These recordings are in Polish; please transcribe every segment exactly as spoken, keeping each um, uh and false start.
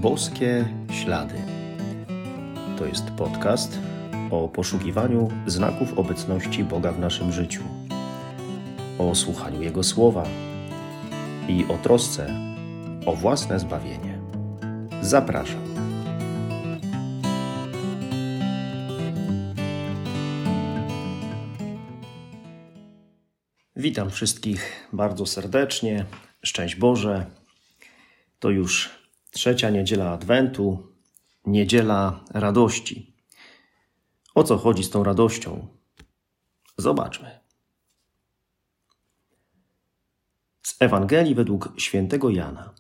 Boskie Ślady. To jest podcast o poszukiwaniu znaków obecności Boga w naszym życiu, o słuchaniu Jego słowa i o trosce o własne zbawienie. Zapraszam. Witam wszystkich bardzo serdecznie. Szczęść Boże. To już trzecia niedziela Adwentu, niedziela radości. O co chodzi z tą radością? Zobaczmy. Z Ewangelii według świętego Jana.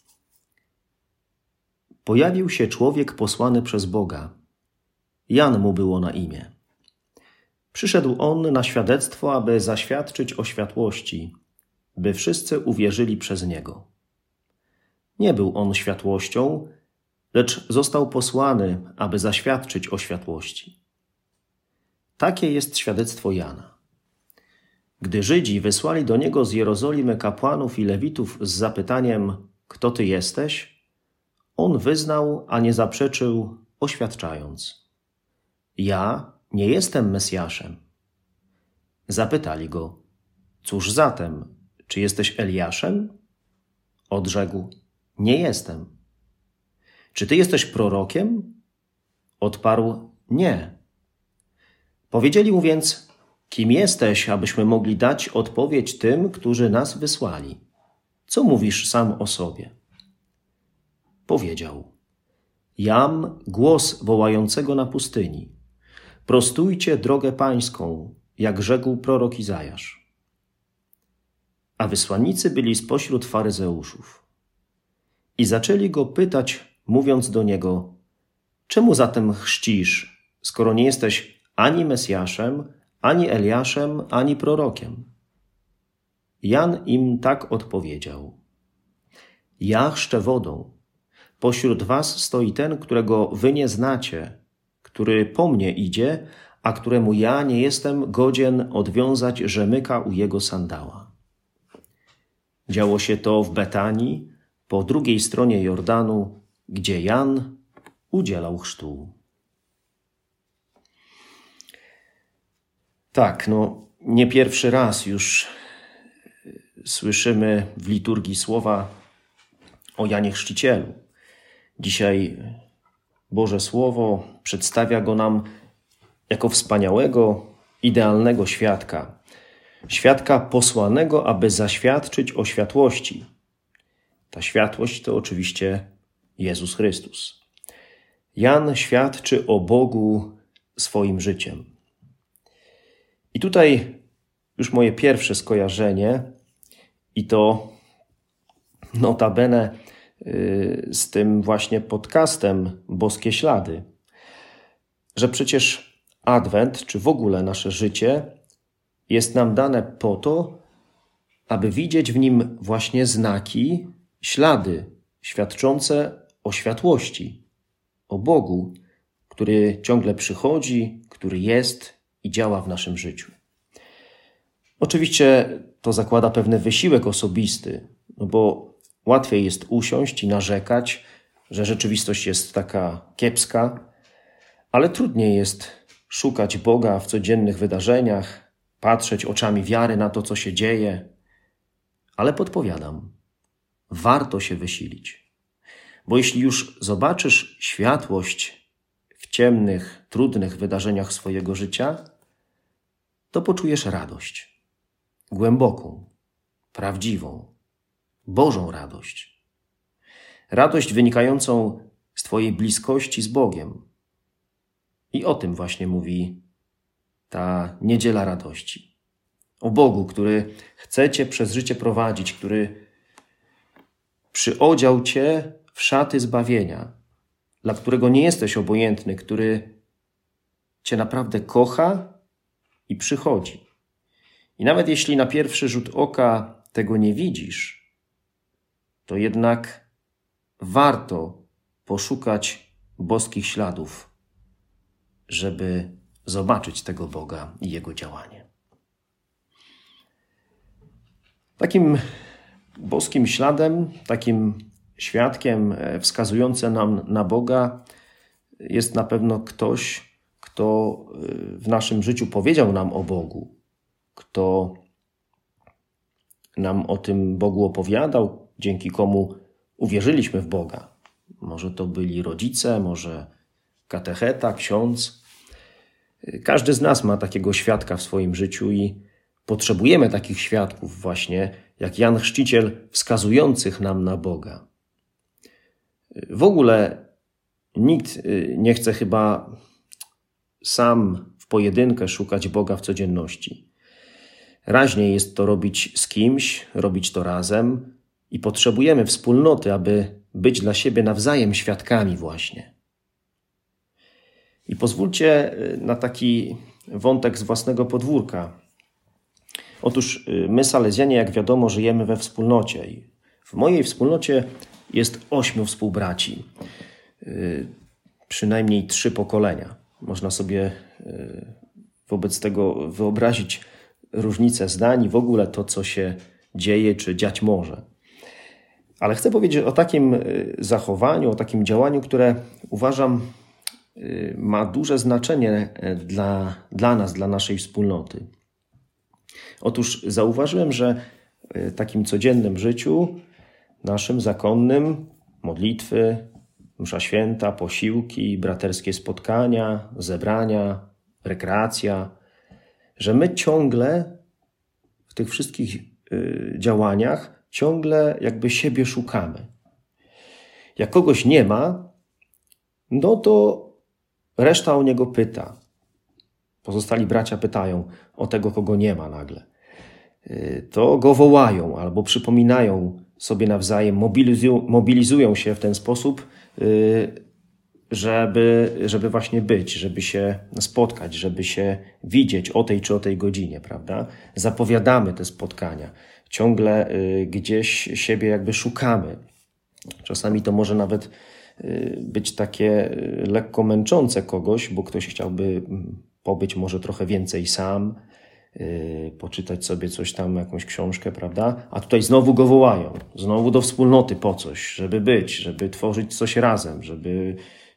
Pojawił się człowiek posłany przez Boga. Jan mu było na imię. Przyszedł on na świadectwo, aby zaświadczyć o światłości, by wszyscy uwierzyli przez niego. Nie był on światłością, lecz został posłany, aby zaświadczyć o światłości. Takie jest świadectwo Jana. Gdy Żydzi wysłali do niego z Jerozolimy kapłanów i lewitów z zapytaniem: kto ty jesteś? On wyznał, a nie zaprzeczył, oświadczając: ja nie jestem Mesjaszem. Zapytali go: cóż zatem, czy jesteś Eliaszem? Odrzekł: nie jestem. Czy ty jesteś prorokiem? Odparł: nie. Powiedzieli mu więc: kim jesteś, abyśmy mogli dać odpowiedź tym, którzy nas wysłali? Co mówisz sam o sobie? Powiedział: jam głos wołającego na pustyni. Prostujcie drogę pańską, jak rzekł prorok Izajasz. A wysłannicy byli spośród faryzeuszów. I zaczęli go pytać, mówiąc do niego: czemu zatem chrzcisz, skoro nie jesteś ani Mesjaszem, ani Eliaszem, ani prorokiem? Jan im tak odpowiedział: ja chrzczę wodą. Pośród was stoi ten, którego wy nie znacie, który po mnie idzie, a któremu ja nie jestem godzien odwiązać rzemyka u jego sandała. Działo się to w Betanii, po drugiej stronie Jordanu, gdzie Jan udzielał chrztu. Tak, no nie pierwszy raz już słyszymy w liturgii słowa o Janie Chrzcicielu. Dzisiaj Boże Słowo przedstawia go nam jako wspaniałego, idealnego świadka. Świadka posłanego, aby zaświadczyć o światłości. Ta światłość to oczywiście Jezus Chrystus. Jan świadczy o Bogu swoim życiem. I tutaj już moje pierwsze skojarzenie, i to notabene yy, z tym właśnie podcastem Boskie Ślady, że przecież Adwent, czy w ogóle nasze życie, jest nam dane po to, aby widzieć w nim właśnie znaki, ślady świadczące o światłości, o Bogu, który ciągle przychodzi, który jest i działa w naszym życiu. Oczywiście to zakłada pewny wysiłek osobisty, no bo łatwiej jest usiąść i narzekać, że rzeczywistość jest taka kiepska, ale trudniej jest szukać Boga w codziennych wydarzeniach, patrzeć oczami wiary na to, co się dzieje. Ale podpowiadam, warto się wysilić. Bo jeśli już zobaczysz światłość w ciemnych, trudnych wydarzeniach swojego życia, to poczujesz radość. Głęboką, prawdziwą, Bożą radość. Radość wynikającą z twojej bliskości z Bogiem. I o tym właśnie mówi ta niedziela radości. O Bogu, który chce cię przez życie prowadzić, który przyodział cię w szaty zbawienia, dla którego nie jesteś obojętny, który cię naprawdę kocha i przychodzi. I nawet jeśli na pierwszy rzut oka tego nie widzisz, to jednak warto poszukać boskich śladów, żeby zobaczyć tego Boga i Jego działanie. Takim boskim śladem, takim świadkiem wskazującym nam na Boga jest na pewno ktoś, kto w naszym życiu powiedział nam o Bogu, kto nam o tym Bogu opowiadał, dzięki komu uwierzyliśmy w Boga. Może to byli rodzice, może katecheta, ksiądz. Każdy z nas ma takiego świadka w swoim życiu i potrzebujemy takich świadków właśnie, jak Jan Chrzciciel, wskazujących nam na Boga. W ogóle nikt nie chce chyba sam w pojedynkę szukać Boga w codzienności. Raźniej jest to robić z kimś, robić to razem i potrzebujemy wspólnoty, aby być dla siebie nawzajem świadkami właśnie. I pozwólcie na taki wątek z własnego podwórka. Otóż my, Salezjanie, jak wiadomo, żyjemy we wspólnocie. I w mojej wspólnocie jest ośmiu współbraci. Przynajmniej trzy pokolenia. Można sobie wobec tego wyobrazić różnicę zdań i w ogóle to, co się dzieje czy dziać może. Ale chcę powiedzieć o takim zachowaniu, o takim działaniu, które uważam ma duże znaczenie dla, dla nas, dla naszej wspólnoty. Otóż zauważyłem, że w takim codziennym życiu, naszym zakonnym, modlitwy, msza święta, posiłki, braterskie spotkania, zebrania, rekreacja, że my ciągle w tych wszystkich y, działaniach ciągle jakby siebie szukamy. Jak kogoś nie ma, no to reszta o niego pyta. Pozostali bracia pytają o tego, kogo nie ma nagle. Y, to go wołają albo przypominają sobie nawzajem, mobilizują, mobilizują się w ten sposób, y, żeby, żeby właśnie być, żeby się spotkać, żeby się widzieć o tej czy o tej godzinie, prawda? Zapowiadamy te spotkania. Ciągle y, gdzieś siebie jakby szukamy. Czasami to może nawet y, być takie y, lekko męczące kogoś, bo ktoś chciałby pobyć może trochę więcej sam, y, poczytać sobie coś tam, jakąś książkę, prawda? A tutaj znowu go wołają, znowu do wspólnoty po coś, żeby być, żeby tworzyć coś razem, żeby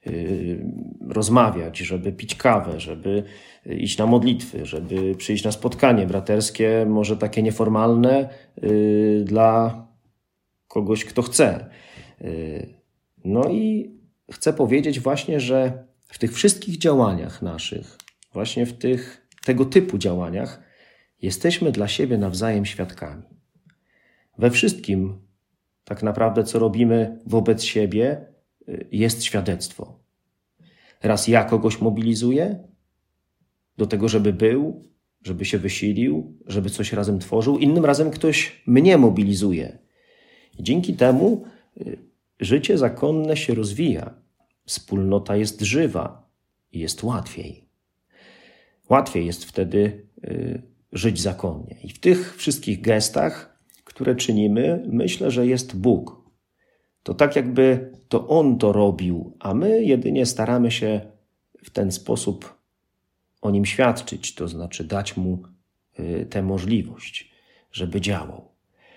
rozmawiać, żeby pić kawę, żeby iść na modlitwy, żeby przyjść na spotkanie braterskie, może takie nieformalne yy, dla kogoś, kto chce. Yy, no i chcę powiedzieć właśnie, że w tych wszystkich działaniach naszych, właśnie w tych tego typu działaniach jesteśmy dla siebie nawzajem świadkami. We wszystkim tak naprawdę, co robimy wobec siebie, jest świadectwo. Raz ja kogoś mobilizuję do tego, żeby był, żeby się wysilił, żeby coś razem tworzył. Innym razem ktoś mnie mobilizuje. I dzięki temu życie zakonne się rozwija. Wspólnota jest żywa i jest łatwiej. Łatwiej jest wtedy żyć zakonnie. I w tych wszystkich gestach, które czynimy, myślę, że jest Bóg. To tak jakby to On to robił, a my jedynie staramy się w ten sposób o Nim świadczyć, to znaczy dać Mu tę możliwość, żeby działał.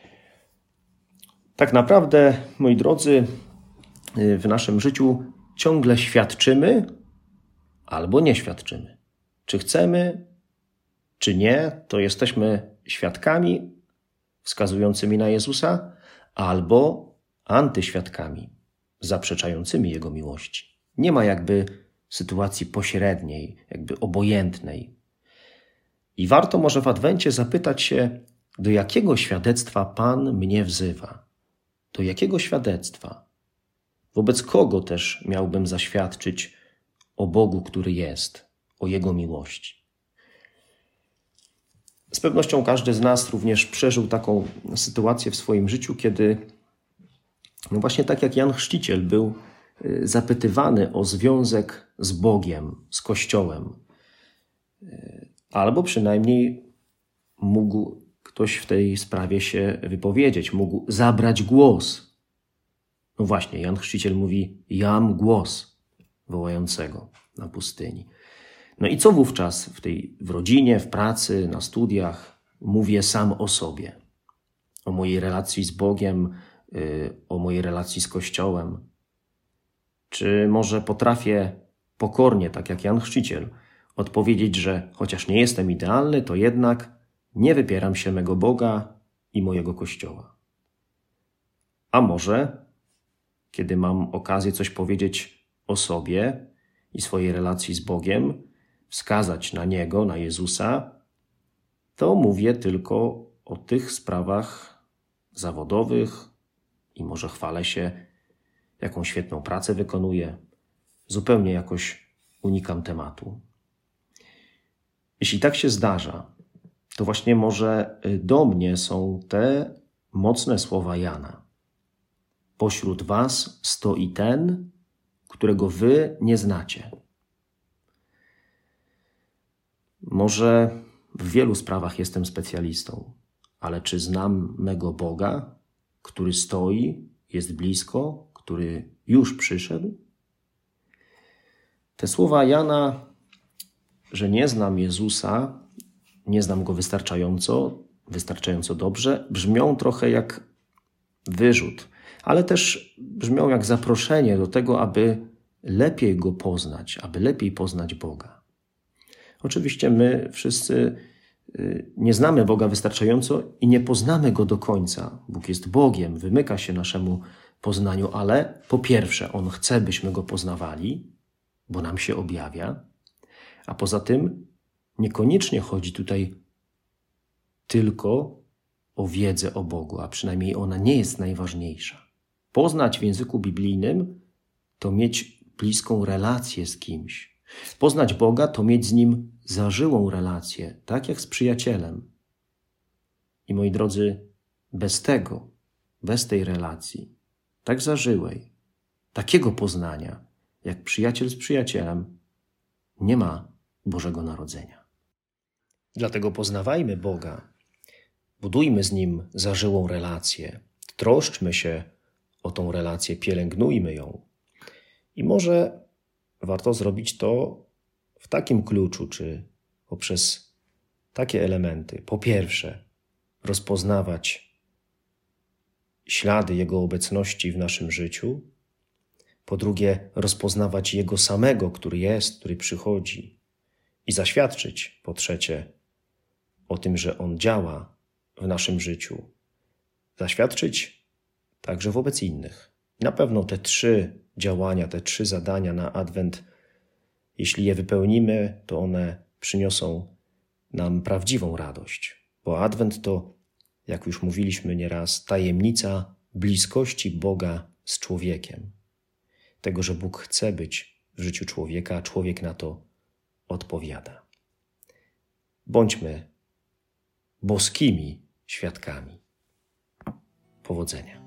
Tak naprawdę, moi drodzy, w naszym życiu ciągle świadczymy albo nie świadczymy. Czy chcemy, czy nie, to jesteśmy świadkami wskazującymi na Jezusa albo antyświadkami, zaprzeczającymi Jego miłości. Nie ma jakby sytuacji pośredniej, jakby obojętnej. I warto może w Adwencie zapytać się, do jakiego świadectwa Pan mnie wzywa? Do jakiego świadectwa? Wobec kogo też miałbym zaświadczyć o Bogu, który jest, o Jego miłości? Z pewnością każdy z nas również przeżył taką sytuację w swoim życiu, kiedy no właśnie tak jak Jan Chrzciciel był zapytywany o związek z Bogiem, z Kościołem. Albo przynajmniej mógł ktoś w tej sprawie się wypowiedzieć, mógł zabrać głos. No właśnie, Jan Chrzciciel mówi, jam głos wołającego na pustyni. No i co wówczas w tej w rodzinie, w pracy, na studiach mówię sam o sobie, o mojej relacji z Bogiem, o mojej relacji z Kościołem? Czy może potrafię pokornie, tak jak Jan Chrzciciel, odpowiedzieć, że chociaż nie jestem idealny, to jednak nie wypieram się mego Boga i mojego Kościoła? A może, kiedy mam okazję coś powiedzieć o sobie i swojej relacji z Bogiem, wskazać na Niego, na Jezusa, to mówię tylko o tych sprawach zawodowych i może chwalę się, jaką świetną pracę wykonuję. Zupełnie jakoś unikam tematu. Jeśli tak się zdarza, to właśnie może do mnie są te mocne słowa Jana. Pośród was stoi ten, którego wy nie znacie. Może w wielu sprawach jestem specjalistą, ale czy znam mego Boga, który stoi, jest blisko, który już przyszedł? Te słowa Jana, że nie znam Jezusa, nie znam Go wystarczająco, wystarczająco dobrze, brzmią trochę jak wyrzut, ale też brzmią jak zaproszenie do tego, aby lepiej Go poznać, aby lepiej poznać Boga. Oczywiście my wszyscy nie znamy Boga wystarczająco i nie poznamy Go do końca. Bóg jest Bogiem, wymyka się naszemu poznaniu, ale po pierwsze On chce, byśmy Go poznawali, bo nam się objawia, a poza tym niekoniecznie chodzi tutaj tylko o wiedzę o Bogu, a przynajmniej ona nie jest najważniejsza. Poznać w języku biblijnym to mieć bliską relację z kimś. Poznać Boga to mieć z Nim zażyłą relację, tak jak z przyjacielem. I moi drodzy, bez tego, bez tej relacji, tak zażyłej, takiego poznania, jak przyjaciel z przyjacielem, nie ma Bożego Narodzenia. Dlatego poznawajmy Boga, budujmy z Nim zażyłą relację, troszczmy się o tą relację, pielęgnujmy ją. I może warto zrobić to w takim kluczu, czy poprzez takie elementy. Po pierwsze, rozpoznawać ślady Jego obecności w naszym życiu. Po drugie, rozpoznawać Jego samego, który jest, który przychodzi. I zaświadczyć, po trzecie, o tym, że On działa w naszym życiu. Zaświadczyć także wobec innych. Na pewno te trzy działania, te trzy zadania na Adwent, jeśli je wypełnimy, to one przyniosą nam prawdziwą radość. Bo Adwent to, jak już mówiliśmy nieraz, tajemnica bliskości Boga z człowiekiem. Tego, że Bóg chce być w życiu człowieka, a człowiek na to odpowiada. Bądźmy boskimi świadkami. Powodzenia.